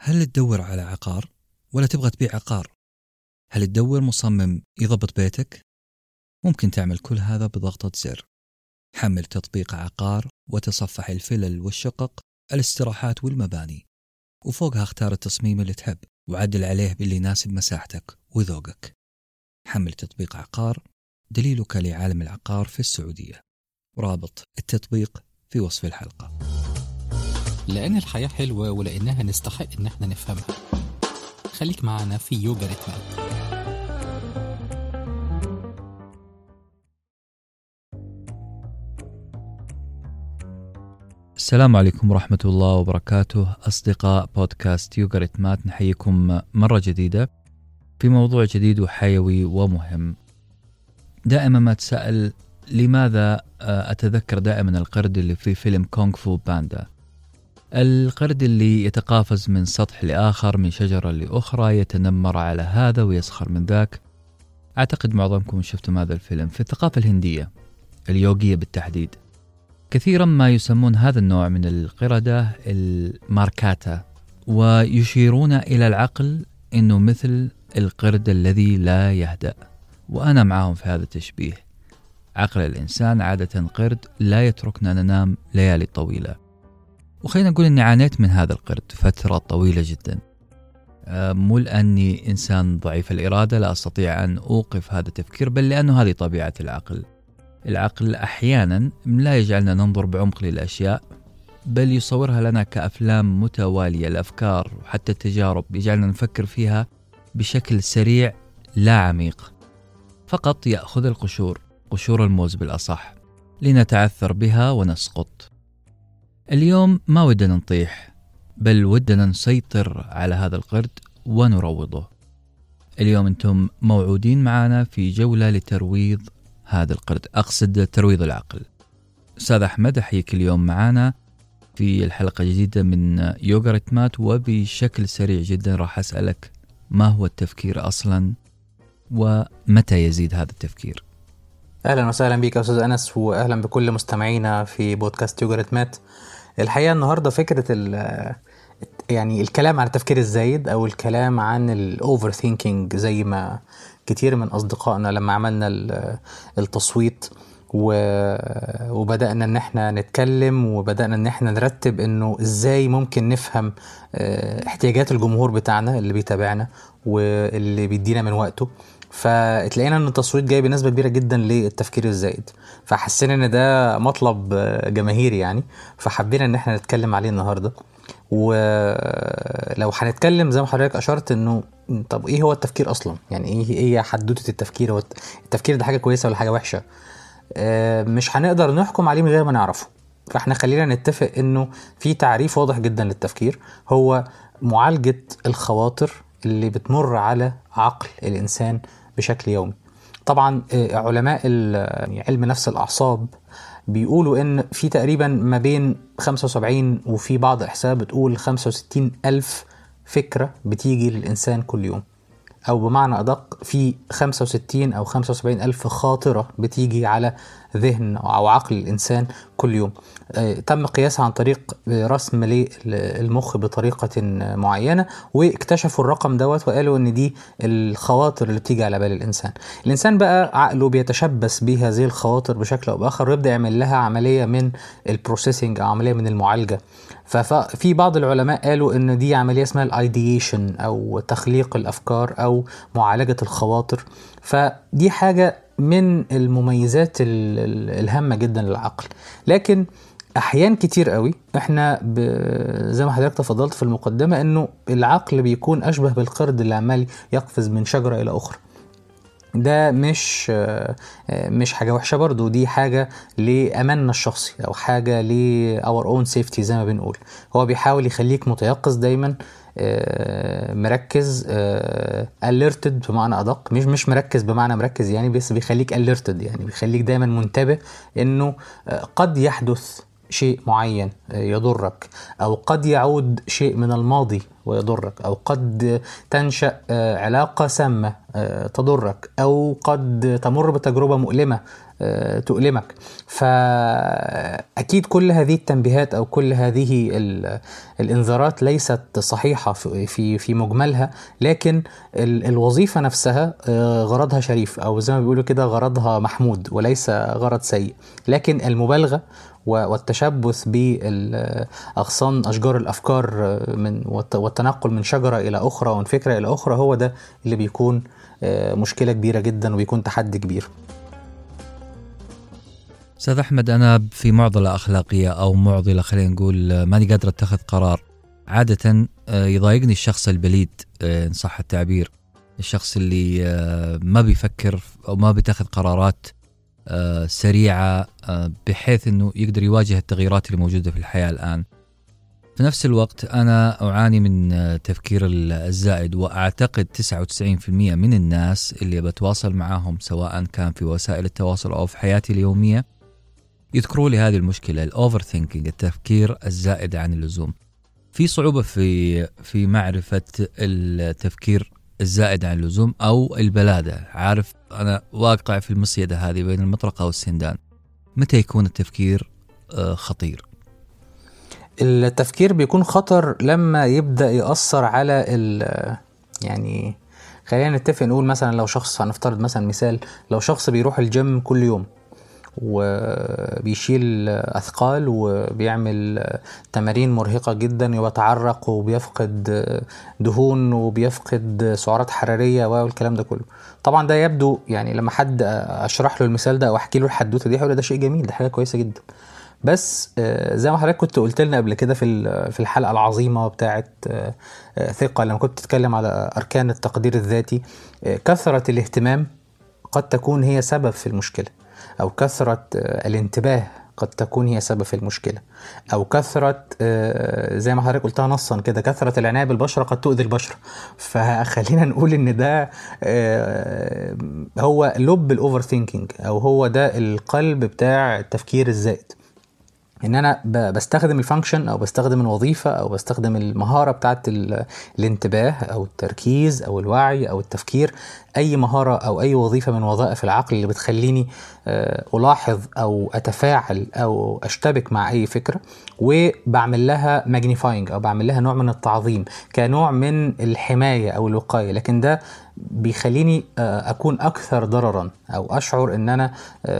هل تدور على عقار ولا تبغى تبيع عقار؟ هل تدور مصمم يضبط بيتك؟ ممكن تعمل كل هذا بضغطة زر. حمل تطبيق عقار وتصفح الفلل والشقق، الاستراحات والمباني، وفوقها اختار التصميم اللي تحب وعدل عليه باللي يناسب مساحتك وذوقك. حمل تطبيق عقار، دليلك لعالم العقار في السعودية. رابط التطبيق في وصف الحلقة. لأن الحياة حلوة ولأنها نستحق إن احنا نفهمها. خليك معنا في يوجا ريتمات. السلام عليكم ورحمة الله وبركاته. أصدقاء بودكاست يوجا ريتمات، نحييكم مرة جديدة في موضوع جديد وحيوي ومهم. دائما ما تسأل لماذا أتذكر دائما القرد اللي في فيلم كونغ فو باندا، القرد اللي يتقافز من سطح لآخر، من شجرة لأخرى، يتنمر على هذا ويسخر من ذاك. أعتقد معظمكم شفتم هذا الفيلم. في الثقافة الهندية اليوغية بالتحديد كثيرا ما يسمون هذا النوع من القردة الماركاتا، ويشيرون إلى العقل إنه مثل القرد الذي لا يهدأ. وأنا معهم في هذا التشبيه. عقل الإنسان عادة قرد لا يتركنا ننام ليالي طويلة. وخلينا نقول أني عانيت من هذا القرد فترة طويلة جدا. مو لأني إنسان ضعيف الإرادة لا أستطيع أن أوقف هذا التفكير، بل لأنه هذه طبيعة العقل. العقل أحيانا لا يجعلنا ننظر بعمق للأشياء، بل يصورها لنا كأفلام متوالية. الأفكار وحتى التجارب يجعلنا نفكر فيها بشكل سريع لا عميق، فقط يأخذ قشور الموز بالأصح، لنتعثر بها ونسقط. اليوم ما ودنا نطيح، بل ودنا نسيطر على هذا القرد ونروضه. اليوم أنتم موعودين معنا في جولة لترويض هذا القرد، أقصد ترويض العقل. أستاذ أحمد، أحييك اليوم معنا في الحلقة الجديدة من يوجا ريتمات. وبشكل سريع جدا راح أسألك، ما هو التفكير أصلا ومتى يزيد هذا التفكير؟ أهلا وسهلا بك يا أستاذ أنس، وأهلا بكل مستمعينا في بودكاست يوجا ريتمات. الحقيقة النهاردة فكرة يعني الكلام عن التفكير الزايد أو الكلام عن الأوفر ثينكينج، زي ما كتير من أصدقائنا لما عملنا التصويت وبدأنا ان احنا نتكلم، وبدأنا ان احنا نرتب انه ازاي ممكن نفهم احتياجات الجمهور بتاعنا اللي بيتابعنا واللي بيدينا من وقته. فتلاقينا ان التصويت جاي بنسبة كبيرة جدا للتفكير الزائد، فحسينا ان ده مطلب جماهيري يعني، فحبينا ان احنا نتكلم عليه النهاردة. ولو هنتكلم زي ما حضرتك اشرت، انه طب ايه هو التفكير اصلا؟ يعني ايه حدوتة التفكير؟ هو التفكير ده حاجة كويسة ولا حاجة وحشة؟ مش هنقدر نحكم عليه من غير ما نعرفه. فاحنا خلينا نتفق انه في تعريف واضح جدا للتفكير، هو معالجة الخواطر اللي بتمر على عقل الانسان بشكل يومي. طبعا علماء علم نفس الاعصاب بيقولوا ان في تقريبا ما بين 75 وفي بعض الاحصاءات بتقول 65 ألف فكرة بتيجي للإنسان كل يوم، أو بمعنى أدق في 65 أو 75 ألف خاطرة بتيجي على ذهن أو عقل الإنسان كل يوم. تم قياسها عن طريق رسم للمخ بطريقة معينة، واكتشفوا الرقم دوت وقالوا إن دي الخواطر اللي بتيجي على بال الإنسان بقى عقله بيتشبث بهذه الخواطر بشكل أو بآخر، ويبدأ يعمل لها عملية من البروسيسنج أو عملية من المعالجة. ففي بعض العلماء قالوا إن دي عملية اسمها الايديشن أو تخليق الأفكار أو معالجة الخواطر. فدي حاجة من المميزات الهامة جدا للعقل. لكن أحيان كتير قوي احنا زي ما حضرتك تفضلت في المقدمة، إنه العقل بيكون أشبه بالقرد اللي عمال يقفز من شجرة إلى أخرى. ده مش حاجة وحشة برضو، دي حاجة لأماننا الشخصي أو حاجة our own safety زي ما بنقول. هو بيحاول يخليك متيقظ دايما، مركز، alerted بمعنى أدق، مش مركز بمعنى مركز يعني، بس بيخليك alerted يعني بيخليك دايما منتبه إنه قد يحدث شيء معين يضرك، أو قد يعود شيء من الماضي ويضرك، أو قد تنشأ علاقة سامة تضرك، أو قد تمر بتجربة مؤلمة تؤلمك. فأكيد كل هذه التنبيهات أو كل هذه الإنذارات ليست صحيحة في مجملها، لكن الوظيفة نفسها غرضها شريف، أو زي ما بيقولوا كده غرضها محمود وليس غرض سيء. لكن المبالغة والتشبث بأغصان أشجار الأفكار والتنقل من شجرة إلى أخرى ومن فكرة إلى أخرى، هو ده اللي بيكون مشكلة كبيرة جدا وبيكون تحدي كبير. أستاذ أحمد، أنا في معضلة أخلاقية أو معضلة، خلينا نقول ماني قادر أتخذ قرار. عادة يضايقني الشخص البليد إن صح التعبير، الشخص اللي ما بيفكر أو ما بيتخذ قرارات سريعة بحيث أنه يقدر يواجه التغييرات اللي موجودة في الحياة الآن. في نفس الوقت أنا أعاني من تفكير الزائد، وأعتقد 99% من الناس اللي بتواصل معاهم سواء كان في وسائل التواصل أو في حياتي اليومية يذكروا لي هذه المشكلة، الأوفر ثينكينج، التفكير الزائد عن اللزوم. في صعوبة في معرفة التفكير الزائد عن اللزوم أو البلادة. عارف أنا واقع في المصيدة هذه بين المطرقة والسندان. متى يكون التفكير خطير؟ التفكير بيكون خطر لما يبدأ يأثر على يعني خلينا نتفق نقول مثلا لو شخص، هنفترض مثلا مثال، لو شخص بيروح الجيم كل يوم وبيشيل أثقال وبيعمل تمارين مرهقة جدا وبيتعرق وبيفقد دهون وبيفقد سعرات حرارية والكلام ده كله، طبعا ده يبدو يعني لما حد أشرح له المثال ده أو أحكي له الحدوتة دي هيقول ده شيء جميل، ده حاجة كويسة جدا. بس زي ما حضرتك كنت قلت لنا قبل كده في الحلقة العظيمة بتاعت ثقة، لما كنت تتكلم على أركان التقدير الذاتي، كثرة الاهتمام قد تكون هي سبب في المشكلة، أو كثرة الانتباه قد تكون هي سبب في المشكلة، أو كثرة زي ما حضرتك قلتها نصا كده، كثرة العناية بالبشرة قد تؤذي البشرة. فخلينا نقول إن ده هو لب الأوفر ثينكينج، أو هو ده القلب بتاع التفكير الزائد، ان انا بستخدم الفانكشن او بستخدم الوظيفة او بستخدم المهارة بتاعت الانتباه او التركيز او الوعي او التفكير، اي مهارة او اي وظيفة من وظائف العقل اللي بتخليني الاحظ او اتفاعل او اشتبك مع اي فكرة، وبعمل لها ماجنيفاينج او بعمل لها نوع من التعظيم كنوع من الحماية او الوقاية. لكن ده بيخليني اكون اكثر ضررا او اشعر ان انا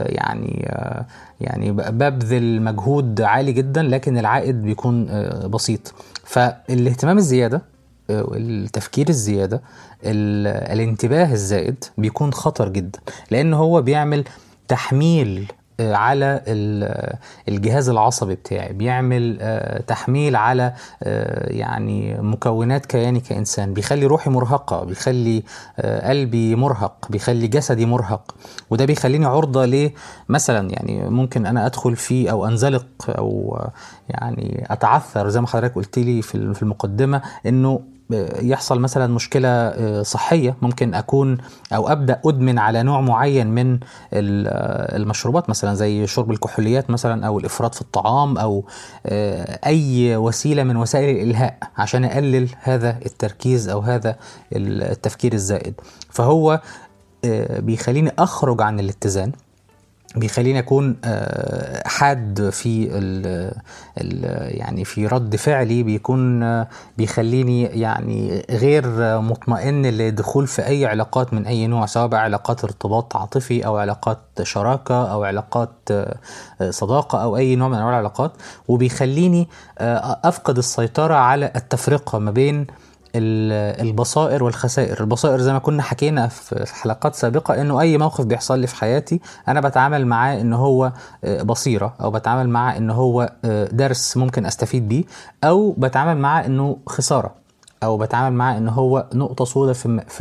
يعني ببذل مجهود عالي جدا لكن العائد بيكون بسيط. فالاهتمام الزيادة، التفكير الزيادة، الانتباه الزائد بيكون خطر جدا، لأنه هو بيعمل تحميل على الجهاز العصبي بتاعي، بيعمل تحميل على يعني مكونات كياني كإنسان، بيخلي روحي مرهقة، بيخلي قلبي مرهق، بيخلي جسدي مرهق، وده بيخليني عرضة ليه مثلا يعني ممكن أنا أدخل فيه أو أنزلق أو يعني أتعثر زي ما حضرتك قلت لي في المقدمة، إنه يحصل مثلا مشكلة صحية، ممكن أكون أو أبدأ أدمن على نوع معين من المشروبات مثلا زي شرب الكحوليات مثلا أو الإفراط في الطعام أو أي وسيلة من وسائل الإلهاء عشان أقلل هذا التركيز أو هذا التفكير الزائد. فهو بيخليني أخرج عن الاتزان، بيخليني أكون حاد في يعني في رد فعلي، بيخليني يعني غير مطمئن للدخول في أي علاقات من أي نوع، سواء علاقات ارتباط عاطفي أو علاقات شراكة أو علاقات صداقة أو أي نوع من أنواع العلاقات، وبيخليني أفقد السيطرة على التفرقة ما بين البصائر والخسائر. البصائر زي ما كنا حكينا في حلقات سابقة انه اي موقف بيحصل لي في حياتي انا بتعامل معاه انه هو بصيرة، او بتعامل معاه انه هو درس ممكن استفيد بيه، او بتعامل معاه انه خسارة، او بتعامل معاه انه هو نقطة سوداء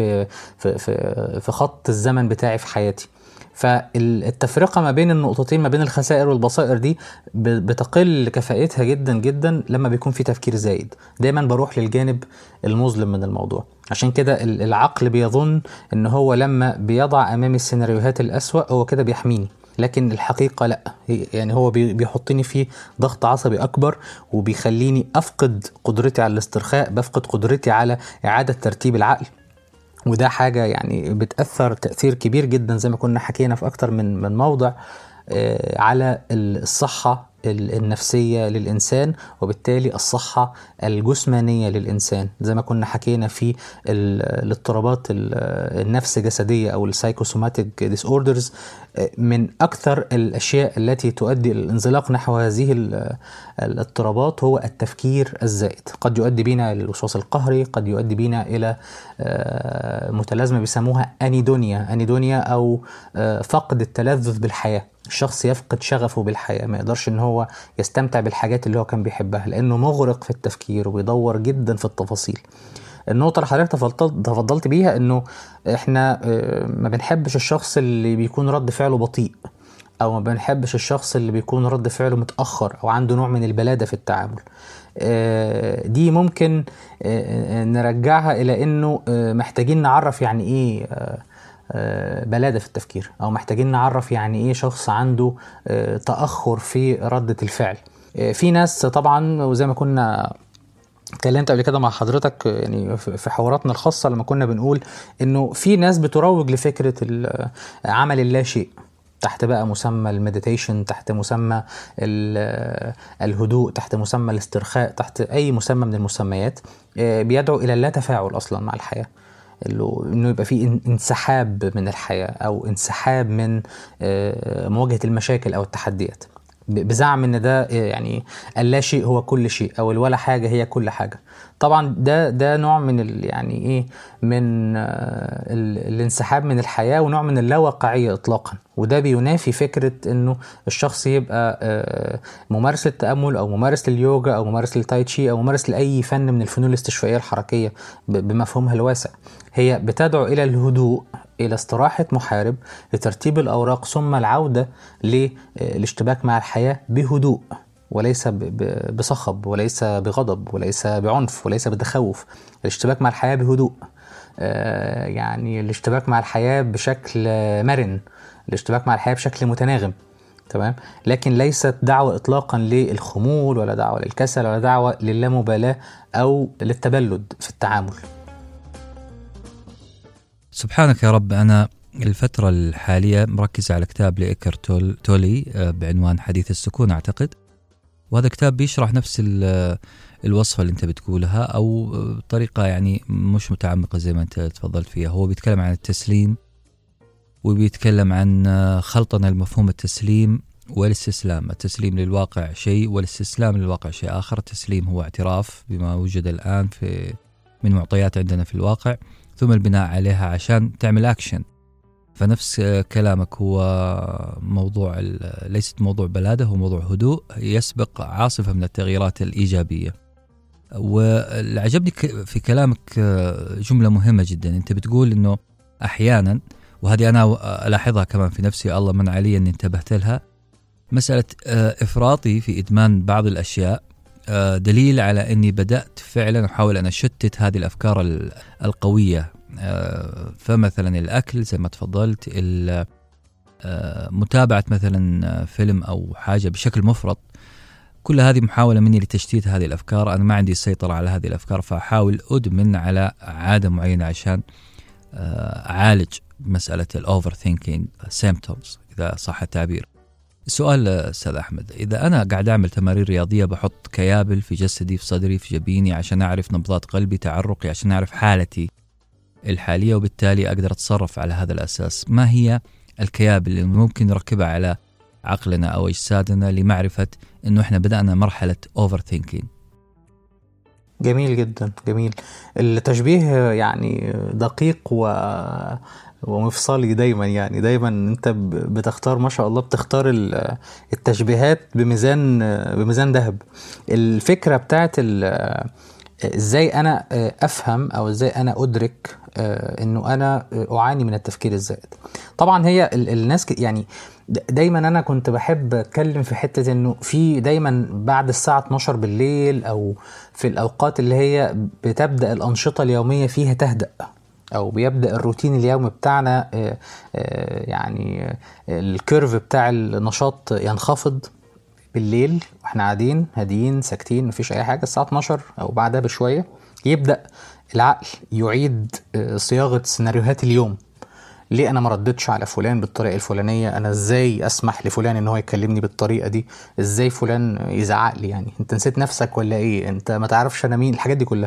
في خط الزمن بتاعي في حياتي. فالتفرقة ما بين النقطتين، ما بين الخسائر والبصائر دي، بتقل كفاءتها جدا جدا لما بيكون في تفكير زائد. دايما بروح للجانب المظلم من الموضوع. عشان كده العقل بيظن ان هو لما بيضع امامي السيناريوهات الأسوأ هو كده بيحميني، لكن الحقيقة لا، يعني هو بيحطني في ضغط عصبي أكبر، وبيخليني أفقد قدرتي على الاسترخاء، بفقد قدرتي على إعادة ترتيب العقل. وده حاجة يعني بتأثر تأثير كبير جدا زي ما كنا حكينا في أكتر من موضع على الصحة النفسية للإنسان، وبالتالي الصحة الجسمانية للإنسان، زي ما كنا حكينا في الاضطرابات النفس جسدية أو السايكوسوماتيك ديسوردرز. من أكثر الأشياء التي تؤدي الانزلاق نحو هذه الاضطرابات هو التفكير الزائد. قد يؤدي بنا إلى الوسواس القهري، قد يؤدي بنا إلى متلازمة بيسموها أنيدونيا أو فقد التلذذ بالحياة. الشخص يفقد شغفه بالحياة، ما يقدرش ان هو يستمتع بالحاجات اللي هو كان بيحبها، لانه مغرق في التفكير وبيدور جدا في التفاصيل. النقطة اللي حضرتك تفضلت بيها انه احنا ما بنحبش الشخص اللي بيكون رد فعله بطيء، او ما بنحبش الشخص اللي بيكون رد فعله متأخر او عنده نوع من البلادة في التعامل. دي ممكن نرجعها الى انه محتاجين نعرف يعني ايه بلادة في التفكير، او محتاجين نعرف يعني ايه شخص عنده تأخر في ردة الفعل. في ناس طبعا، وزي ما كنا اتكلمت قبل كده مع حضرتك يعني في حواراتنا الخاصة لما كنا بنقول انه في ناس بتروج لفكرة عمل اللا شيء تحت بقى مسمى المديتيشن، تحت مسمى الهدوء، تحت مسمى الاسترخاء، تحت اي مسمى من المسميات، بيدعو الى اللا تفاعل اصلا مع الحياة، انه يبقى في انسحاب من الحياة او انسحاب من مواجهة المشاكل او التحديات، بزعم ان ده يعني اللا شيء هو كل شيء، او الولا حاجة هي كل حاجة. طبعا ده نوع من يعني ايه، من الانسحاب من الحياة، ونوع من اللاواقعية اطلاقا. وده بينافي فكرة انه الشخص يبقى ممارس للتأمل او ممارس لليوجا او ممارس للتايتشي او ممارس لأي فن من الفنون الاستشفائية الحركية بمفهومها الواسع. هي بتدعو الى الهدوء، الى استراحة محارب، لترتيب الاوراق، ثم العودة للاشتباك مع الحياة بهدوء، وليس بصخب، وليس بغضب، وليس بعنف، وليس بتخوف. الاشتباك مع الحياة بهدوء، يعني الاشتباك مع الحياة بشكل مرن، الاشتباك مع الحياة بشكل متناغم، تمام. لكن ليست دعوة اطلاقا للخمول، ولا دعوة للكسل، ولا دعوة للامبالاة او للتبلد في التعامل. سبحانك يا رب. أنا الفترة الحالية مركز على كتاب لإيكر تولي بعنوان حديث السكون أعتقد، وهذا كتاب بيشرح نفس الوصفة اللي أنت بتقولها، أو بطريقة يعني مش متعمقة زي ما أنت تفضلت فيها. هو بيتكلم عن التسليم، وبيتكلم عن خلطنا المفهوم التسليم والاستسلام. التسليم للواقع شيء، والاستسلام للواقع شيء آخر. التسليم هو اعتراف بما وجد الآن من معطيات عندنا في الواقع، ثم البناء عليها عشان تعمل أكشن. فنفس كلامك، هو موضوع ليست موضوع بلادة، هو موضوع هدوء يسبق عاصفة من التغييرات الإيجابية. واللي عجبني في كلامك جملة مهمة جدا، أنت بتقول أنه أحيانا، وهذه أنا ألاحظها كمان في نفسي، الله من علي أني انتبهت لها، مسألة إفراطي في إدمان بعض الأشياء دليل على أني بدأت فعلا أحاول أن أشتت هذه الأفكار القوية. فمثلا الأكل زي ما تفضلت، متابعة مثلا فيلم أو حاجة بشكل مفرط، كل هذه محاولة مني لتشتيت هذه الأفكار. أنا ما عندي السيطرة على هذه الأفكار، فأحاول أدمن على عادة معينة عشان أعالج مسألة الأوفر ثينكينج سيمبتومز إذا صح التعبير. السؤال أستاذ أحمد، إذا أنا قاعد أعمل تمارين رياضية، بحط كيابل في جسدي، في صدري، في جبيني، عشان أعرف نبضات قلبي، تعرقي، عشان أعرف حالتي الحالية، وبالتالي أقدر أتصرف على هذا الأساس، ما هي الكيابل اللي ممكن نركبها على عقلنا أو أجسادنا لمعرفة أنه إحنا بدأنا مرحلة أوفر ثينكينج؟ جميل جدا، جميل التشبيه، يعني دقيق ومفصلي دايما. يعني دايما انت بتختار، ما شاء الله، بتختار التشبيهات بميزان ذهب. الفكرة بتاعت ازاي انا افهم او ازاي انا ادرك انه انا اعاني من التفكير الزائد. طبعا هي الناس يعني دايما انا كنت بحب اتكلم في حتة انه في دايما بعد الساعة 12 بالليل او في الاوقات اللي هي بتبدأ الانشطة اليومية فيها تهدأ، او بيبدا الروتين اليومي بتاعنا يعني الكيرف بتاع النشاط ينخفض بالليل واحنا قاعدين هاديين ساكتين مفيش اي حاجه، الساعه 12 او بعدها بشويه يبدا العقل يعيد صياغه سيناريوهات اليوم. ليه انا ما ردتش على فلان بالطريقه الفلانيه؟ انا ازاي اسمح لفلان ان هو يكلمني بالطريقه دي؟ ازاي فلان يزعق لي؟ يعني انت نسيت نفسك ولا ايه؟ انت ما تعرفش انا مين؟ الحاجات دي كلها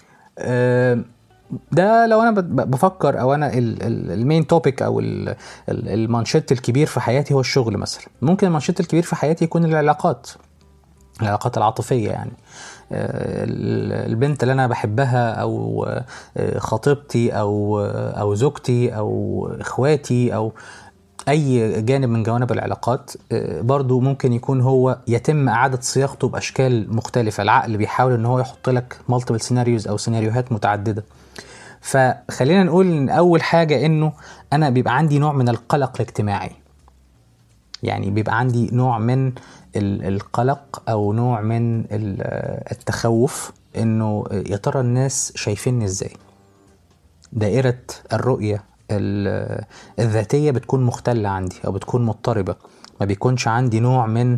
ده لو انا بفكر، او انا المين توبيك او المانشيت الكبير في حياتي هو الشغل مثلا. ممكن المانشيت الكبير في حياتي يكون العلاقات العاطفيه، يعني البنت اللي انا بحبها او خطيبتي او زوجتي او اخواتي او اي جانب من جوانب العلاقات، برضو ممكن يكون هو يتم اعادة صياغته باشكال مختلفة. العقل بيحاول ان هو يحط لك multiple scenarios او سيناريوهات متعددة. فخلينا نقول ان اول حاجة انه انا بيبقى عندي نوع من القلق الاجتماعي، يعني بيبقى عندي نوع من القلق او نوع من التخوف انه يا ترى الناس شايفيني ازاي. دائرة الرؤية الذاتية بتكون مختلة عندي او بتكون مضطربة، ما بيكونش عندي نوع من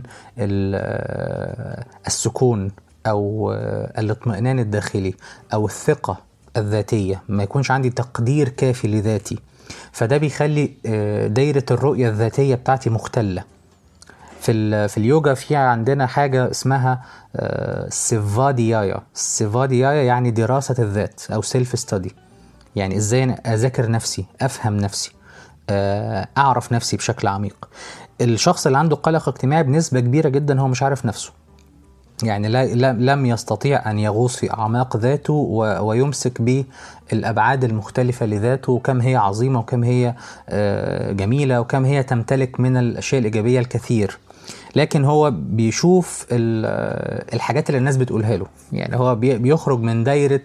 السكون او الاطمئنان الداخلي او الثقة الذاتية، ما يكونش عندي تقدير كافي لذاتي. فده بيخلي دائرة الرؤية الذاتية بتاعتي مختلة. في اليوجا في عندنا حاجة اسمها سيفاديايا. السيفاديايا يعني دراسة الذات او سيلف ستادي، يعني ازاي أنا اذاكر نفسي، افهم نفسي، اعرف نفسي بشكل عميق. الشخص اللي عنده قلق اجتماعي بنسبة كبيرة جدا هو مش عارف نفسه، يعني لم يستطيع ان يغوص في اعماق ذاته ويمسك بالابعاد المختلفة لذاته، وكم هي عظيمة وكم هي جميلة وكم هي تمتلك من الاشياء الايجابية الكثير. لكن هو بيشوف الحاجات اللي الناس بتقولها له، يعني هو بيخرج من دايرة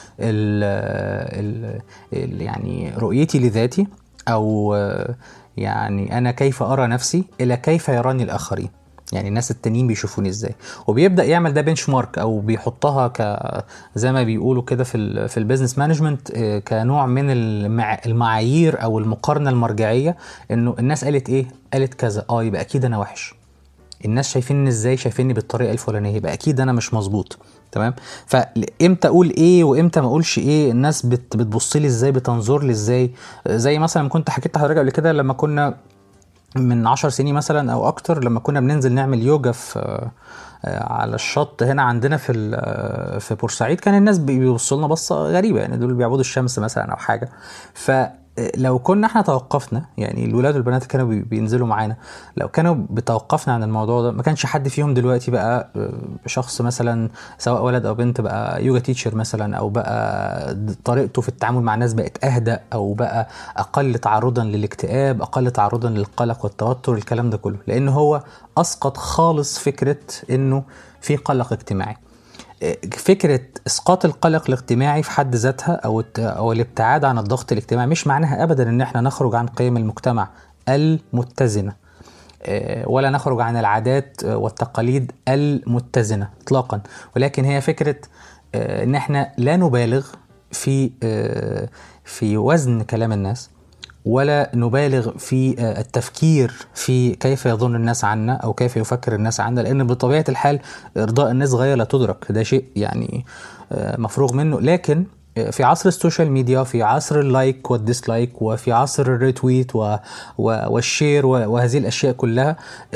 يعني رؤيتي لذاتي او يعني انا كيف ارى نفسي الى كيف يراني الاخرين، يعني الناس التانيين بيشوفوني ازاي. وبيبدا يعمل ده بنش مارك او بيحطها زي ما بيقولوا كده في البيزنس مانجمنت كنوع من المعايير او المقارنه المرجعيه، انه الناس قالت ايه؟ قالت كذا، يبقى اكيد انا وحش. الناس شايفيني ازاي؟ شايفيني بالطريقه الفلانيه، يبقى اكيد انا مش مظبوط. تمام؟ فامتى اقول ايه وامتى ما اقولش ايه؟ الناس بتبص لي ازاي؟ بتنظر لي ازاي؟ زي مثلا كنت حكيت لحضرتك قبل كده لما كنا من 10 سنين مثلا او اكتر، لما كنا بننزل نعمل يوجا في على الشط هنا عندنا في بورسعيد، كان الناس بيبصوا لنا بصه غريبه، يعني دول بيعبدوا الشمس مثلا او حاجه. لو كنا احنا توقفنا، يعني الولاد والبنات كانوا بينزلوا معانا، لو كانوا بتوقفنا عن الموضوع ده ما كانش حد فيهم دلوقتي بقى شخص مثلا سواء ولد او بنت بقى يوجا تيتشر مثلا، او بقى طريقته في التعامل مع الناس بقت اهدأ، او بقى اقل تعرضا للاكتئاب، اقل تعرضا للقلق والتوتر، الكلام ده كله، لان هو اسقط خالص فكرة انه في قلق اجتماعي. فكرة اسقاط القلق الاجتماعي في حد ذاتها او الابتعاد عن الضغط الاجتماعي مش معناها ابدا ان احنا نخرج عن قيم المجتمع المتزنة، ولا نخرج عن العادات والتقاليد المتزنة اطلاقا، ولكن هي فكرة ان احنا لا نبالغ في وزن كلام الناس، ولا نبالغ في التفكير في كيف يظن الناس عنا أو كيف يفكر الناس عنا، لأن بطبيعة الحال إرضاء الناس غاية لا تدرك، ده شيء يعني مفروغ منه. لكن في عصر السوشيال ميديا، في عصر اللايك والديسلايك، وفي عصر الريتويت والشير وهذه الأشياء كلها،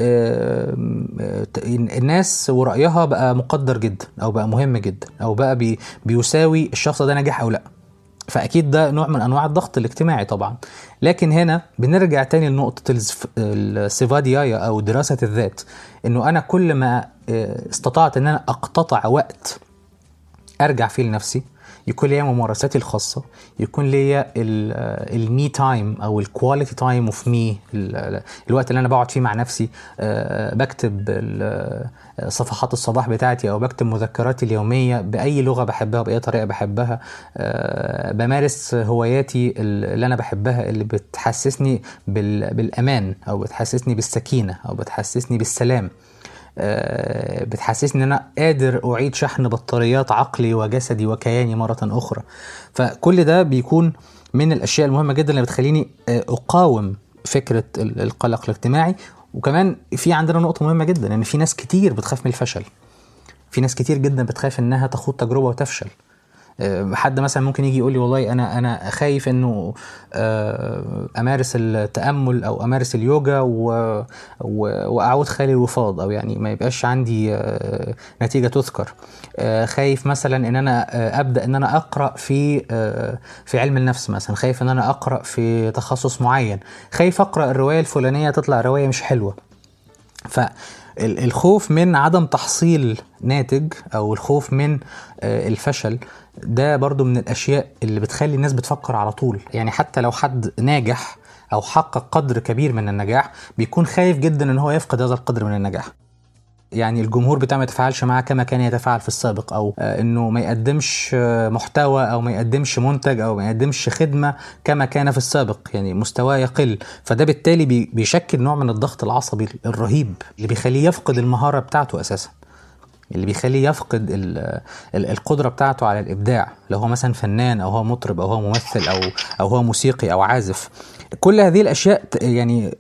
الناس ورأيها بقى مقدر جدا أو بقى مهم جدا أو بقى بيساوي الشخص ده نجح أو لأ. فأكيد ده نوع من أنواع الضغط الاجتماعي طبعا. لكن هنا بنرجع تاني لنقطة السيفاديايا أو دراسة الذات، إنه أنا كل ما استطعت إن أنا أقتطع وقت أرجع فيه لنفسي، يكون ليا ممارساتي الخاصة، يكون ليا المي تايم أو الكواليتي تايم اوف مي، الوقت اللي أنا بقعد فيه مع نفسي، بكتب صفحات الصباح بتاعتي أو بكتب مذكراتي اليومية بأي لغة بحبها وبأي طريقة بحبها، بمارس هواياتي اللي أنا بحبها اللي بتحسسني بالأمان أو بتحسسني بالسكينة أو بتحسسني بالسلام. بتحسسني ان انا قادر اعيد شحن بطاريات عقلي وجسدي وكياني مرة اخرى. فكل ده بيكون من الاشياء المهمة جدا اللي بتخليني اقاوم فكرة القلق الاجتماعي. وكمان في عندنا نقطة مهمة جدا، ان في ناس كتير بتخاف من الفشل، في ناس كتير جدا بتخاف انها تخوض تجربة وتفشل. حد مثلا ممكن يجي يقول لي والله انا خايف انه امارس التامل او امارس اليوجا واعود خالي الوفاض، او يعني ما يبقاش عندي نتيجه تذكر. خايف مثلا ان انا ابدا ان انا اقرا في علم النفس مثلا، خايف ان انا اقرا في تخصص معين، خايف اقرا الروايه الفلانيه تطلع روايه مش حلوه. فالخوف من عدم تحصيل ناتج او الخوف من الفشل ده برضو من الاشياء اللي بتخلي الناس بتفكر على طول. يعني حتى لو حد ناجح او حقق قدر كبير من النجاح بيكون خايف جدا ان هو يفقد هذا القدر من النجاح. يعني الجمهور بتاعه ما يتفاعلش معاه كما كان يتفاعل في السابق، او انه ما يقدمش محتوى او ما يقدمش منتج او ما يقدمش خدمة كما كان في السابق، يعني مستواه يقل. فده بالتالي بيشكل نوع من الضغط العصبي الرهيب اللي بيخليه يفقد المهارة بتاعته اساسا، اللي بيخليه يفقد القدرة بتاعته على الإبداع، لو هو مثلا فنان أو هو مطرب أو هو ممثل أو هو موسيقي أو عازف. كل هذه الأشياء يعني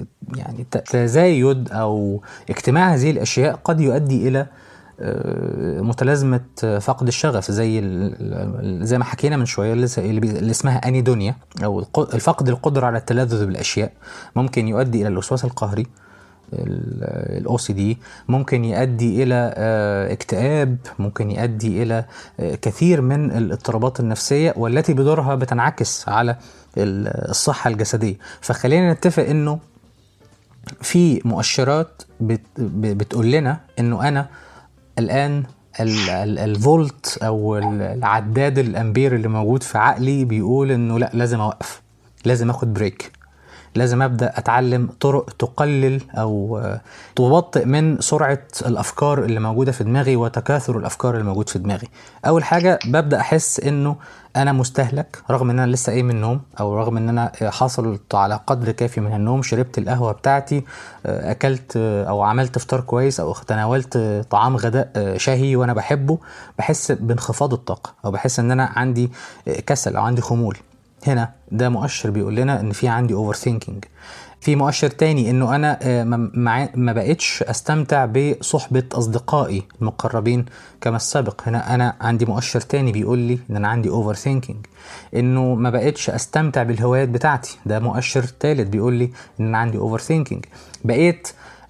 تزايد أو اجتماع هذه الأشياء قد يؤدي إلى متلازمة فقد الشغف، زي ما حكينا من شوية اللي اسمها أنيدونيا، أو الفقد القدرة على التلذذ بالأشياء. ممكن يؤدي إلى الوسواس القهري، OCD، ممكن يؤدي إلى اكتئاب، ممكن يؤدي إلى كثير من الاضطرابات النفسية والتي بدورها بتنعكس على الصحة الجسدية. فخلينا نتفق إنه في مؤشرات بتقول لنا إنه أنا الآن الفولت أو العداد الأمبير اللي موجود في عقلي بيقول إنه لا، لازم أوقف، لازم أخد بريك، لازم أبدأ أتعلم طرق تقلل أو تبطئ من سرعة الأفكار اللي موجودة في دماغي وتكاثر الأفكار اللي موجود في دماغي. أول حاجة ببدأ أحس إنه أنا مستهلك، رغم إن أنا لسه قايم من النوم، أو رغم إن أنا حصلت على قدر كافي من النوم، شربت القهوة بتاعتي، أكلت أو عملت فطار كويس، أو تناولت طعام غداء شهي وأنا بحبه، بحس بانخفاض الطاقة، أو بحس إن أنا عندي كسل أو عندي خمول. هنا ده مؤشر بيقول لنا ان في عندي اوفر ثينكينج. في مؤشر تاني انه انا ما بقتش استمتع بصحبة اصدقائي المقربين كما السابق. هنا انا عندي مؤشر تاني بيقول لي ان انا عندي اوفر ثينكينج. انه ما بقتش استمتع بالهوايات بتاعتي، ده مؤشر ثالث بيقول لي ان انا عندي اوفر ثينكينج. بقيت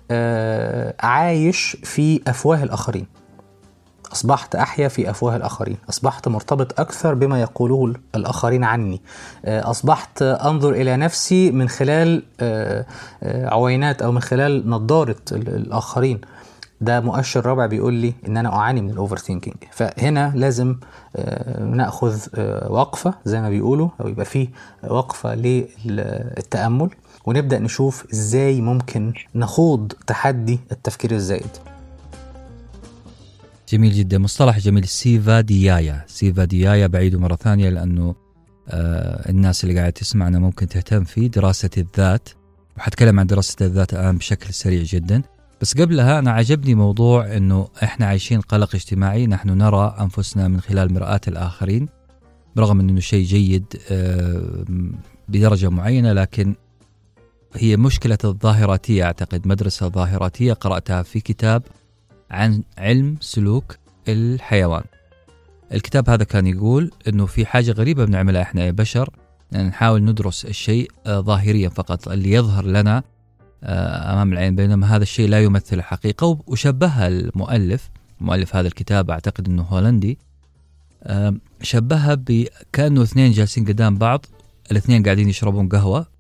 عايش في افواه الاخرين، أصبحت أحيا في أفواه الآخرين، أصبحت مرتبط أكثر بما يقوله الآخرين عني، أصبحت أنظر إلى نفسي من خلال عوينات أو من خلال نظارة الآخرين. ده مؤشر رابع بيقول لي إن أنا أعاني من الأوفر ثينكينج. فهنا لازم نأخذ وقفة زي ما بيقولوا، أو يبقى فيه وقفة للتأمل، ونبدأ نشوف إزاي ممكن نخوض تحدي التفكير الزائد. جميل جدا، مصطلح جميل، سيفاديايا بعيده مرة ثانية لأنه الناس اللي قاعدة تسمعنا ممكن تهتم في دراسة الذات، وحتكلم عن دراسة الذات الآن بشكل سريع جدا. بس قبلها أنا عجبني موضوع أنه إحنا عايشين قلق اجتماعي، نحن نرى أنفسنا من خلال مرآة الآخرين، برغم أنه شيء جيد بدرجة معينة، لكن هي مشكلة الظاهراتية. أعتقد مدرسة ظاهراتية قرأتها في كتاب عن علم سلوك الحيوان. الكتاب هذا كان يقول أنه في حاجة غريبة بنعملها إحنا بشر، يعني نحاول ندرس الشيء ظاهريا فقط، اللي يظهر لنا أمام العين، بينما هذا الشيء لا يمثل الحقيقة. وشبهها مؤلف هذا الكتاب، أعتقد أنه هولندي، شبهها كأنه اثنين جالسين قدام بعض، الاثنين قاعدين يشربون قهوة،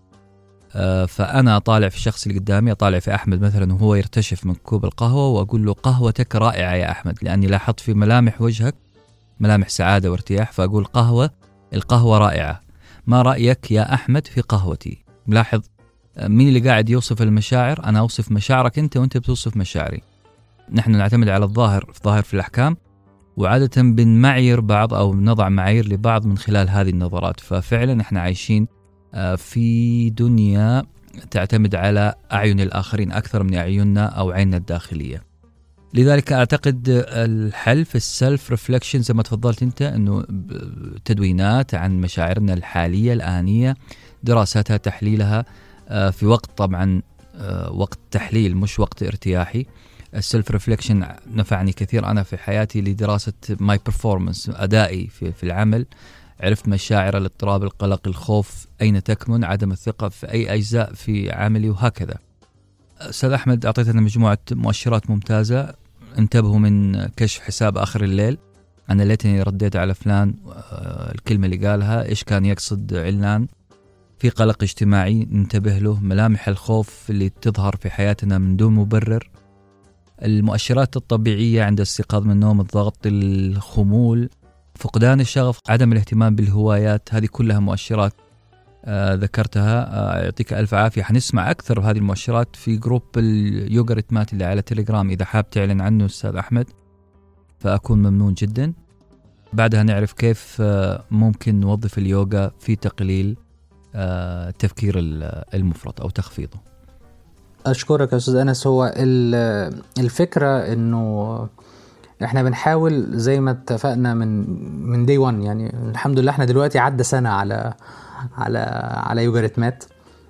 فأنا طالع في الشخص اللي قدامي، أطالع في أحمد مثلا وهو يرتشف من كوب القهوة، وأقول له قهوتك رائعة يا أحمد، لأني لاحظت في ملامح وجهك ملامح سعادة وارتياح، فأقول القهوة رائعة. ما رأيك يا أحمد في قهوتي؟ ملاحظ مين اللي قاعد يوصف المشاعر؟ أنا أوصف مشاعرك أنت، وأنت بتوصف مشاعري. نحن نعتمد على الظاهر في الأحكام، وعادة بنمعير بعض أو نضع معايير لبعض من خلال هذه النظرات. ففعلا احنا عايشين في دنيا تعتمد على أعين الآخرين أكثر من أعيننا أو عيننا الداخلية. لذلك أعتقد الحل في السلف ريفلكشن زي ما تفضلت أنت، أنه تدوينات عن مشاعرنا الحالية الآنية، دراستها، تحليلها في وقت طبعا وقت تحليل مش وقت ارتياحي. السلف ريفلكشن نفعني كثير أنا في حياتي لدراسة ماي برفورمانس، أدائي في العمل. عرفت مشاعر الاضطراب، القلق، الخوف أين تكمن، عدم الثقة في أي أجزاء في عملي وهكذا. أستاذ أحمد أعطيتنا مجموعة مؤشرات ممتازة. انتبهوا من كشف حساب آخر الليل، أنا ليتني رديت على فلان، الكلمة اللي قالها إيش كان يقصد علان. في قلق اجتماعي ننتبه له، ملامح الخوف اللي تظهر في حياتنا من دون مبرر. المؤشرات الطبيعية عند الاستيقاظ من النوم، الضغط، الخمول، فقدان الشغف، عدم الاهتمام بالهوايات، هذه كلها مؤشرات ذكرتها. يعطيك ألف عافية. حنسمع أكثر هذه المؤشرات في جروب اليوغا ريتمات اللي على تيليجرام، إذا حاب تعلن عنه أستاذ أحمد فأكون ممنون جدا. بعدها نعرف كيف ممكن نوظف اليوغا في تقليل التفكير المفرط أو تخفيضه. أشكرك يا أستاذ أنس. هو الفكرة إنه احنا بنحاول زي ما اتفقنا من day one، يعني الحمد لله احنا دلوقتي عدى سنة على يوجا ريتمات،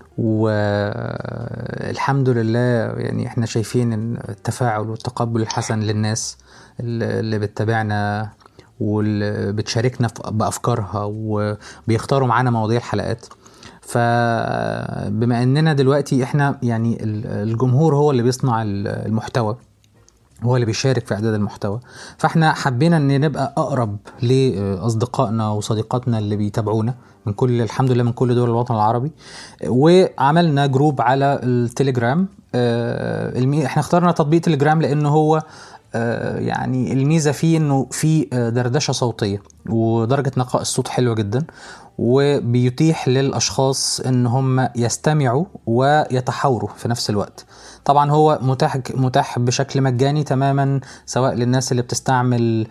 والحمد لله يعني احنا شايفين التفاعل والتقبل الحسن للناس اللي بتتابعنا واللي بتشاركنا بأفكارها وبيختاروا معانا مواضيع الحلقات. فبما اننا دلوقتي احنا يعني الجمهور هو اللي بيصنع المحتوى، هو اللي بيشارك في إعداد المحتوى، فاحنا حبينا ان نبقى اقرب لاصدقائنا وصديقاتنا اللي بيتابعونا من كل، الحمد لله، من كل دول الوطن العربي. وعملنا جروب على التليجرام. احنا اخترنا تطبيق تليجرام لانه هو يعني الميزة فيه انه في دردشة صوتية ودرجة نقاء الصوت حلوة جدا، وبيتيح للأشخاص ان هم يستمعوا ويتحاوروا في نفس الوقت. طبعا هو متاح بشكل مجاني تماما، سواء للناس اللي بتستعمل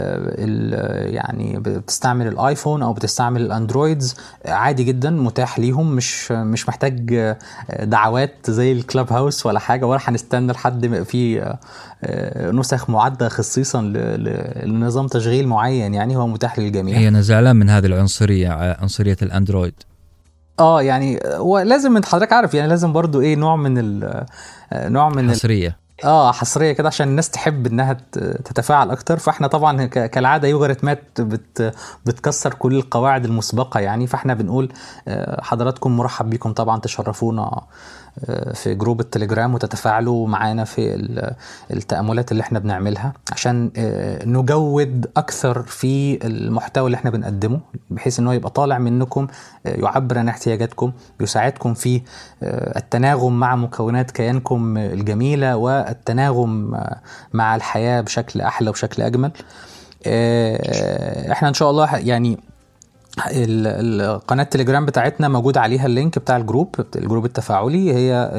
يعني بتستعمل الايفون او بتستعمل الاندرويدز، عادي جدا متاح ليهم، مش محتاج دعوات زي الكلاب هاوس ولا حاجة، ولا هنستنى لحد في نسخ معدة خصيصا لنظام تشغيل معين. يعني هو متاح للجميع. هي أنا زعلان من هذه عنصرية الاندرويد. يعني ولازم من حضرتك عارف، يعني لازم برضو ايه نوع من حصرية. حصرية كده عشان الناس تحب انها تتفاعل اكتر. فاحنا طبعا كالعادة يوجا ريتمات بتكسر كل القواعد المسبقة يعني، فاحنا بنقول حضراتكم مرحب بكم طبعا، تشرفونا في جروب التليجرام وتتفاعلوا معانا في التأملات اللي احنا بنعملها، عشان نجود اكثر في المحتوى اللي احنا بنقدمه، بحيث انه يبقى طالع منكم يعبر عن احتياجاتكم، يساعدكم في التناغم مع مكونات كيانكم الجميلة والتناغم مع الحياة بشكل احلى وبشكل اجمل. احنا ان شاء الله يعني القناة التليجرام بتاعتنا موجود عليها اللينك بتاع الجروب التفاعلي، هي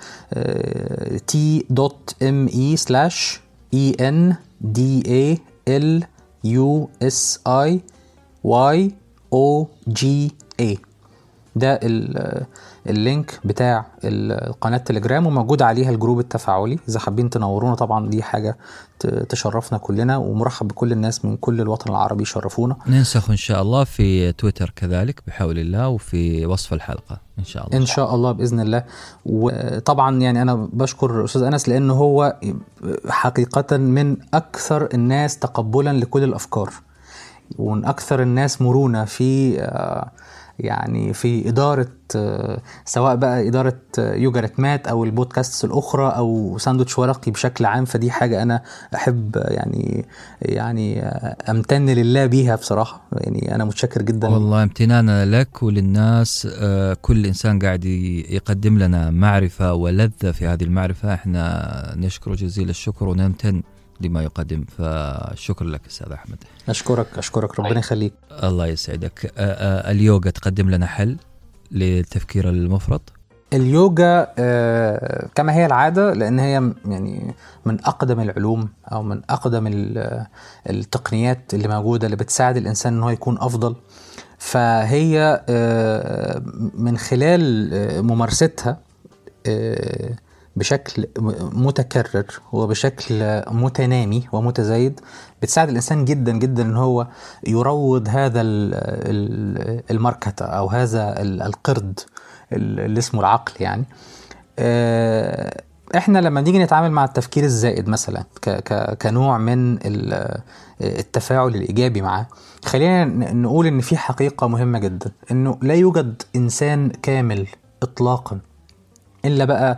t.me/endalUSIYOGA. ده اللينك بتاع القناة التليجرام، وموجود عليها الجروب التفاعلي. إذا حابين تنورونا طبعا دي حاجة تشرفنا كلنا، ومرحب بكل الناس من كل الوطن العربي يشرفونا. ننسخ إن شاء الله في تويتر كذلك بحول الله، وفي وصف الحلقة إن شاء الله. إن شاء الله بإذن الله. وطبعا يعني أنا بشكر أستاذ أنس لأنه هو حقيقة من أكثر الناس تقبلا لكل الأفكار، ومن أكثر الناس مرونة في يعني في إدارة، سواء بقى إدارة يوجا ريتمات أو البودكاست الأخرى أو ساندوتش ورقي بشكل عام. فدي حاجة أنا أحب يعني أمتن لله بيها بصراحة. يعني أنا متشكر جدا. والله امتنانا لك وللناس. كل إنسان قاعد يقدم لنا معرفة ولذة في هذه المعرفة، إحنا نشكره جزيل الشكر ونمتن لما يقدم. فشكر لك أستاذ أحمد. أشكرك ربنا يخليك. الله يسعدك. اليوغا تقدم لنا حل للتفكير المفرط. اليوغا كما هي العادة، لأن هي يعني من أقدم العلوم أو من أقدم التقنيات اللي موجودة اللي بتساعد الإنسان أنه يكون أفضل. فهي من خلال ممارستها بشكل متكرر وبشكل متنامي ومتزايد بتساعد الإنسان جدا جدا إن هو يروض هذا المركة أو هذا القرد اللي اسمه العقل يعني. احنا لما نيجي نتعامل مع التفكير الزائد مثلا كنوع من التفاعل الإيجابي معاه، خلينا نقول إن في حقيقة مهمة جدا، إنه لا يوجد إنسان كامل إطلاقا إلا بقى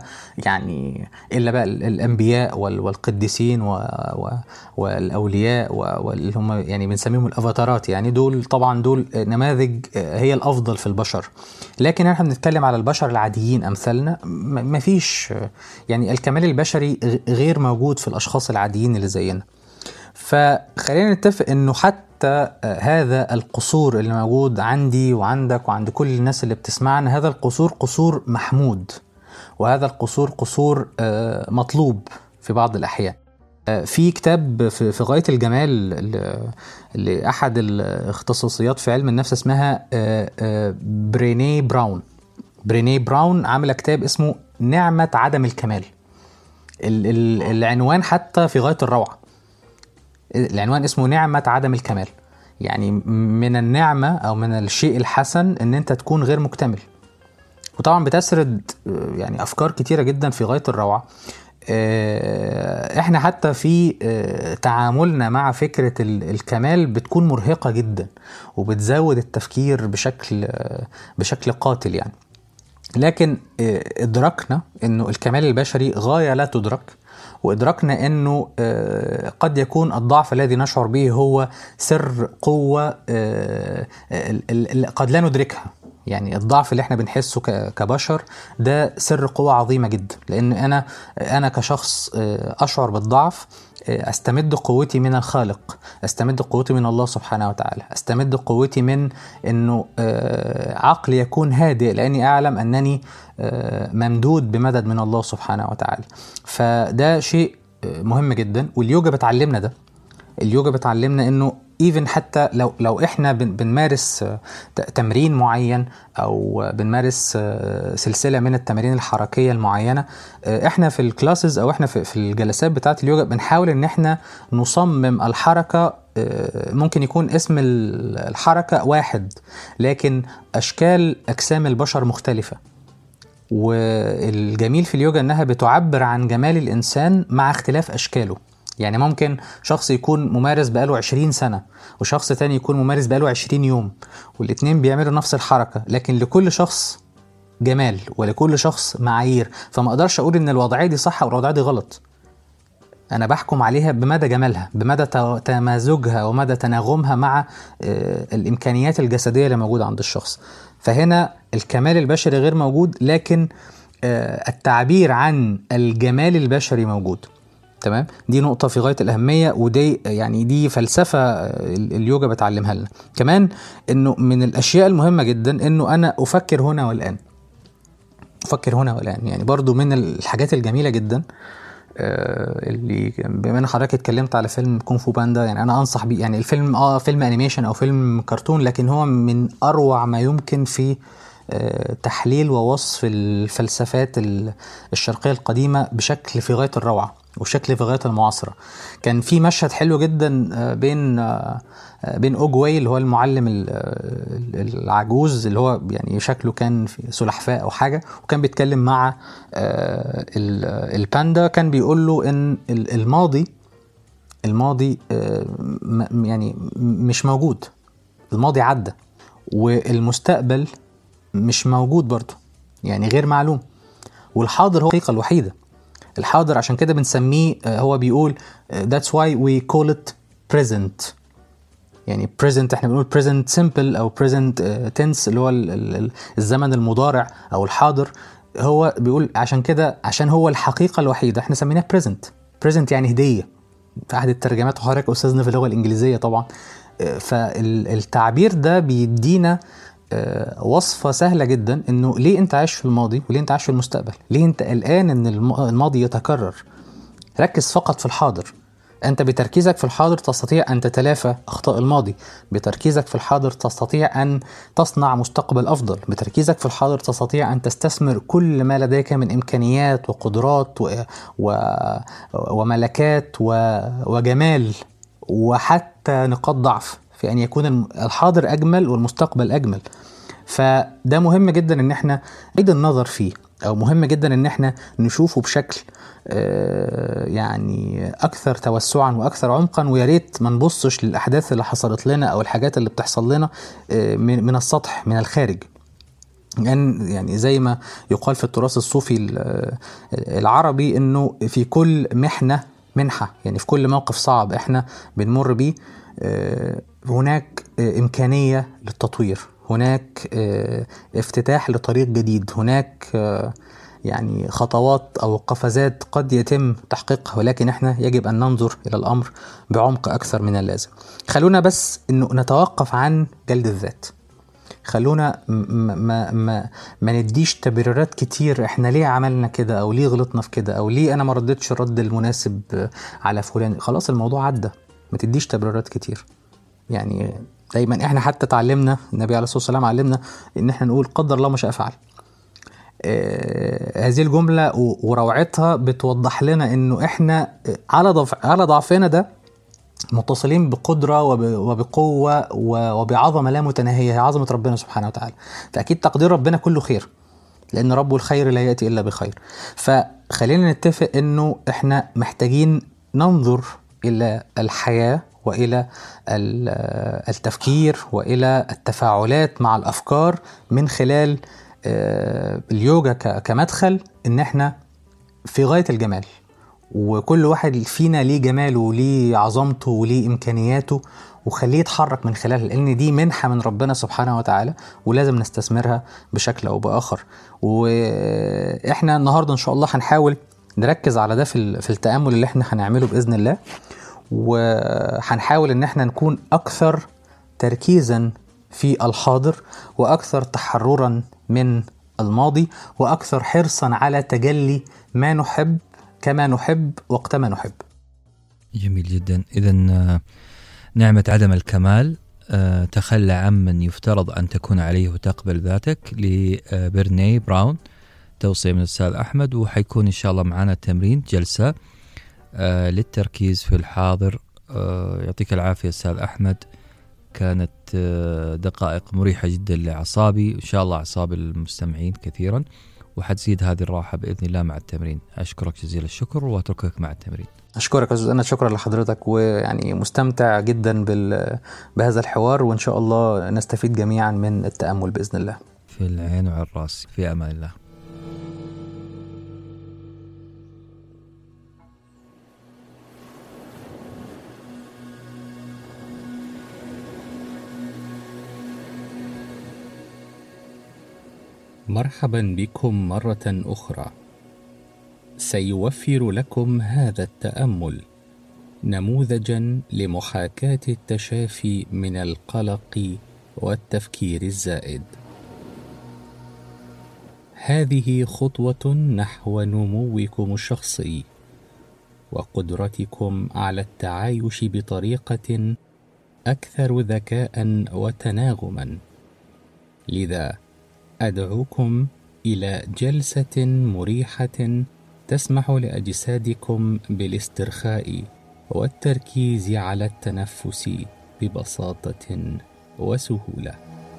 الأنبياء والقديسين والأولياء واللي هم يعني بنسميهم الأفاتارات، يعني دول طبعا دول نماذج هي الأفضل في البشر. لكن احنا بنتكلم على البشر العاديين أمثالنا، مفيش يعني الكمال البشري غير موجود في الأشخاص العاديين اللي زينا. فخلينا نتفق إنه حتى هذا القصور اللي موجود عندي وعندك وعند كل الناس اللي بتسمعنا، هذا القصور قصور محمود، وهذا القصور قصور مطلوب في بعض الأحيان. في كتاب في غاية الجمال لأحد الاختصاصيات في علم النفس اسمها بريني براون عامل كتاب اسمه نعمة عدم الكمال. العنوان حتى في غاية الروعة، العنوان اسمه نعمة عدم الكمال، يعني من النعمة أو من الشيء الحسن إن أنت تكون غير مكتمل. وطبعا بتسرد يعني أفكار كتيرة جدا في غاية الروعة. احنا حتى في تعاملنا مع فكرة الكمال بتكون مرهقة جدا وبتزود التفكير بشكل قاتل يعني. لكن ادركنا انه الكمال البشري غاية لا تدرك، وادركنا انه قد يكون الضعف الذي نشعر به هو سر قوة قد لا ندركها. يعني الضعف اللي احنا بنحسه كبشر ده سر قوة عظيمة جدا، لان انا كشخص اشعر بالضعف استمد قوتي من الخالق، استمد قوتي من الله سبحانه وتعالى، استمد قوتي من انه عقلي يكون هادئ لاني اعلم انني ممدود بمدد من الله سبحانه وتعالى. فده شيء مهم جدا، واليوجا بتعلمنا ده. اليوجا بتعلمنا انه even حتى لو احنا بنمارس تمرين معين او بنمارس سلسلة من التمارين الحركية المعينة، احنا في الكلاسز او احنا في الجلسات بتاعة اليوجا بنحاول ان احنا نصمم الحركة. ممكن يكون اسم الحركة واحد لكن اشكال اجسام البشر مختلفة. والجميل في اليوجا انها بتعبر عن جمال الانسان مع اختلاف اشكاله. يعني ممكن شخص يكون ممارس بقاله 20 سنة وشخص تاني يكون ممارس بقاله 20 يوم، والاتنين بيعملوا نفس الحركة، لكن لكل شخص جمال ولكل شخص معايير. فما اقدرش اقول ان الوضعية دي صح والوضعية دي غلط، انا بحكم عليها بمدى جمالها، بمدى تمازجها ومدى تناغمها مع الامكانيات الجسدية اللي موجودة عند الشخص. فهنا الكمال البشري غير موجود، لكن التعبير عن الجمال البشري موجود. تمام، دي نقطة في غاية الأهمية، ودي يعني دي فلسفة اليوجا بتعلمها لنا. كمان إنه من الأشياء المهمة جدا إنه أنا أفكر هنا والآن، أفكر هنا والآن. يعني برضو من الحاجات الجميلة جدا اللي بما ان حضرتك اتكلمت على فيلم كونغ فو باندا، يعني انا انصح بيه. يعني الفيلم فيلم انيميشن او فيلم كرتون، لكن هو من اروع ما يمكن في تحليل ووصف الفلسفات الشرقية القديمة بشكل في غاية الروعة وشكل في غاية المعاصرة. كان في مشهد حلو جدا بين أوجواي اللي هو المعلم العجوز اللي هو يعني شكله كان في سلحفاء أو حاجة، وكان بيتكلم مع الباندا. كان بيقول له إن الماضي يعني مش موجود، الماضي عدى، والمستقبل مش موجود برضو، يعني غير معلوم، والحاضر هو الحقيقة الوحيدة. الحاضر عشان كده بنسميه، هو بيقول that's why we call it present. يعني present احنا بنقول present simple او present tense اللي هو الزمن المضارع او الحاضر. هو بيقول عشان كده، عشان هو الحقيقة الوحيدة احنا سميناه present يعني هدية في أحد الترجمات، وحضرتك أستاذنا في اللغة الإنجليزية طبعا. فالتعبير ده بيدينا وصفة سهلة جدا انه ليه انت عايش في الماضي وليه انت عايش في المستقبل، ليه انت قلقان ان الماضي يتكرر. ركز فقط في الحاضر. أنت بتركيزك في الحاضر تستطيع أن تتلافى أخطاء الماضي، بتركيزك في الحاضر تستطيع أن تصنع مستقبل أفضل، بتركيزك في الحاضر تستطيع أن تستثمر كل ما لديك من إمكانيات وقدرات وملكات وجمال وحتى نقاط ضعف في أن يكون الحاضر أجمل والمستقبل أجمل. فده مهم جدا ان احنا نعيد النظر فيه، او مهم جدا ان احنا نشوفه بشكل يعني اكثر توسعا واكثر عمقا. ويا ريت ما نبصش للاحداث اللي حصلت لنا او الحاجات اللي بتحصل لنا من السطح، من الخارج. يعني زي ما يقال في التراث الصوفي العربي انه في كل محنة منحة، يعني في كل موقف صعب احنا بنمر بيه هناك إمكانية للتطوير، هناك افتتاح لطريق جديد، هناك يعني خطوات أو قفزات قد يتم تحقيقها، ولكن احنا يجب أن ننظر إلى الأمر بعمق أكثر من اللازم. خلونا بس إنه نتوقف عن جلد الذات، خلونا ما نديش تبريرات كتير احنا ليه عملنا كده او ليه غلطنا في كده او ليه انا ما ردتش الرد المناسب على فلان. خلاص الموضوع عدى، ما تديش تبريرات كتير. يعني دايما احنا حتى تعلمنا، النبي عليه الصلاة والسلام علمنا ان احنا نقول قدر الله ما شاء فعل. هذه الجملة وروعتها بتوضح لنا انه احنا على ضعفنا ده متصلين بقدرة وبقوة وبعظمة لا متناهية، هي عظمة ربنا سبحانه وتعالى. فأكيد تقدير ربنا كله خير، لأن رب الخير لا يأتي إلا بخير. فخلينا نتفق أنه إحنا محتاجين ننظر إلى الحياة وإلى التفكير وإلى التفاعلات مع الأفكار من خلال اليوجا كمدخل، إن إحنا في غاية الجمال، وكل واحد فينا ليه جماله وليه عظمته وليه إمكانياته، وخليه يتحرك من خلالها، لأن دي منحة من ربنا سبحانه وتعالى ولازم نستثمرها بشكل أو بآخر. وإحنا النهاردة إن شاء الله هنحاول نركز على ده في التأمل اللي إحنا هنعمله بإذن الله، وهنحاول إن إحنا نكون أكثر تركيزا في الحاضر وأكثر تحررا من الماضي وأكثر حرصا على تجلي ما نحب كما نحب وقت ما نحب. جميل جدا. إذن نعمة عدم الكمال تخلى عمن يفترض أن تكون عليه وتقبل ذاتك لبرني براون، توصية من الأستاذ أحمد. وحيكون إن شاء الله معنا تمرين جلسة للتركيز في الحاضر. يعطيك العافية أستاذ أحمد، كانت دقائق مريحة جدا لأعصابي، إن شاء الله أعصاب المستمعين كثيرا، وحتزيد هذه الراحة بإذن الله مع التمرين. أشكرك جزيل الشكر وأتركك مع التمرين. أشكرك أستاذ أنا، شكرا لحضرتك، ويعني مستمتع جدا بهذا الحوار، وإن شاء الله نستفيد جميعا من التأمل بإذن الله. في العين وعلى الرأس، في أمان الله. مرحبا بكم مرة أخرى. سيوفر لكم هذا التأمل نموذجا لمحاكاة التشافي من القلق والتفكير الزائد. هذه خطوة نحو نموكم الشخصي وقدرتكم على التعايش بطريقة أكثر ذكاء وتناغما. لذا أدعوكم إلى جلسة مريحة تسمح لأجسادكم بالاسترخاء والتركيز على التنفس ببساطة وسهولة.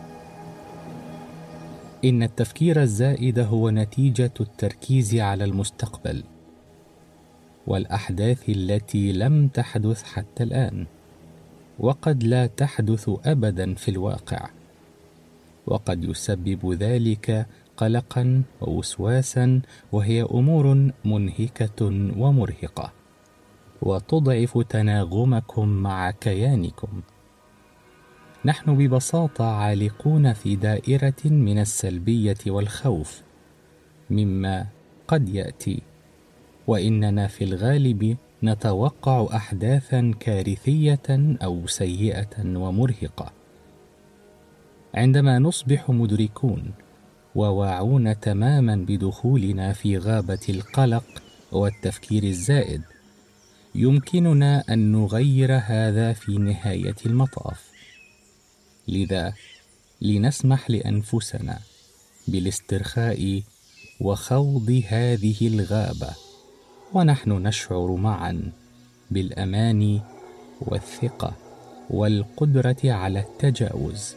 إن التفكير الزائد هو نتيجة التركيز على المستقبل والأحداث التي لم تحدث حتى الآن، وقد لا تحدث أبدا في الواقع، وقد يسبب ذلك قلقا ووسواسا، وهي أمور منهكة ومرهقة وتضعف تناغمكم مع كيانكم. نحن ببساطة عالقون في دائرة من السلبية والخوف مما قد يأتي، وإننا في الغالب نتوقع أحداثا كارثية أو سيئة ومرهقة. عندما نصبح مدركون وواعون تماما بدخولنا في غابة القلق والتفكير الزائد، يمكننا أن نغير هذا في نهاية المطاف. لذا لنسمح لأنفسنا بالاسترخاء وخوض هذه الغابة، ونحن نشعر معا بالأمان والثقة والقدرة على التجاوز.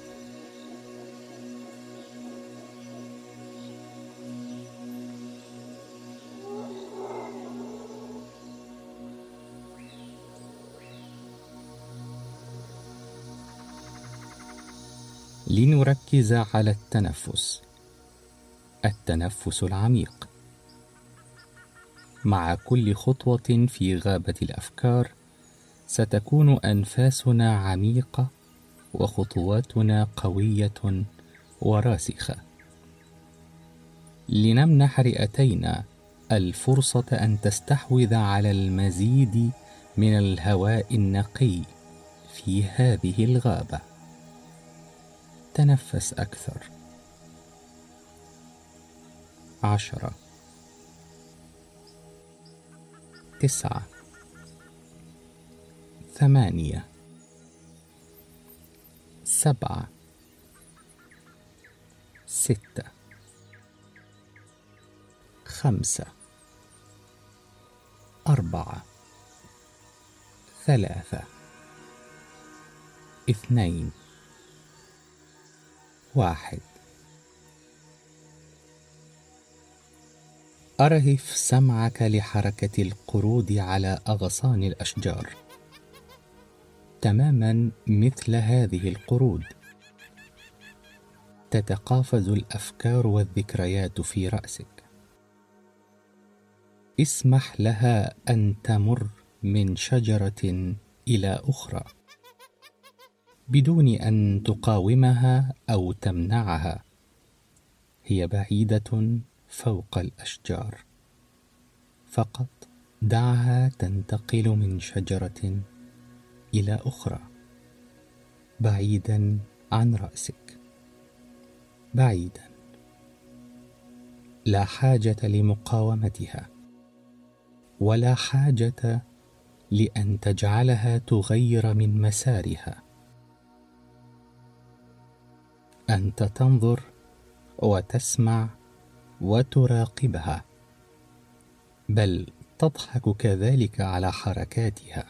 لنركز على التنفس العميق. مع كل خطوة في غابة الأفكار ستكون أنفاسنا عميقة وخطواتنا قوية وراسخة. لنمنح رئتينا الفرصة أن تستحوذ على المزيد من الهواء النقي في هذه الغابة. تنفس أكثر. 10 9 8 7 6 5 4 3 2 1. أرهف سمعك لحركة القرود على أغصان الأشجار، تماما مثل هذه القرود. تتقافز الأفكار والذكريات في رأسك. اسمح لها أن تمر من شجرة إلى أخرى بدون أن تقاومها أو تمنعها. هي بعيدة فوق الأشجار، فقط دعها تنتقل من شجرة إلى أخرى، بعيدا عن رأسك، بعيدا. لا حاجة لمقاومتها، ولا حاجة لأن تجعلها تغير من مسارها. أنت تنظر وتسمع وتراقبها، بل تضحك كذلك على حركاتها.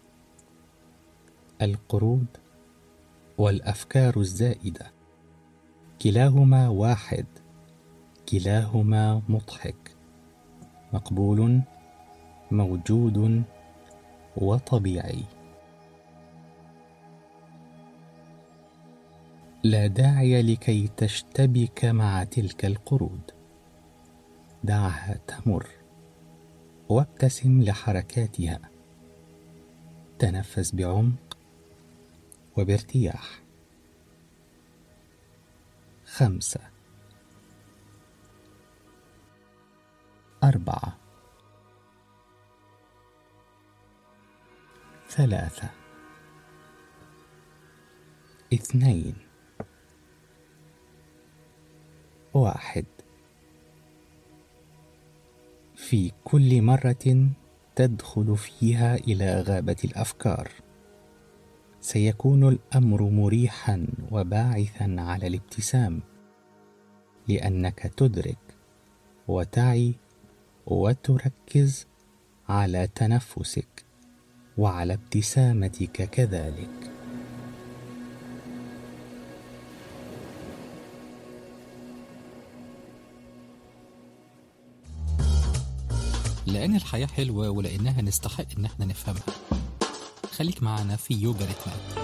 القرود والأفكار الزائدة كلاهما واحد، كلاهما مضحك، مقبول، موجود وطبيعي. لا داعي لكي تشتبك مع تلك القرود. دعها تمر وابتسم لحركاتها. تنفس بعمق وبارتياح. 5 4 3 2 1. في كل مرة تدخل فيها إلى غابة الأفكار سيكون الأمر مريحا وباعثا على الابتسام، لأنك تدرك وتعي وتركز على تنفسك وعلى ابتسامتك كذلك. لأن الحياة حلوة ولأنها نستحق إن احنا نفهمها. خليك معنا في يوجا ريتمات.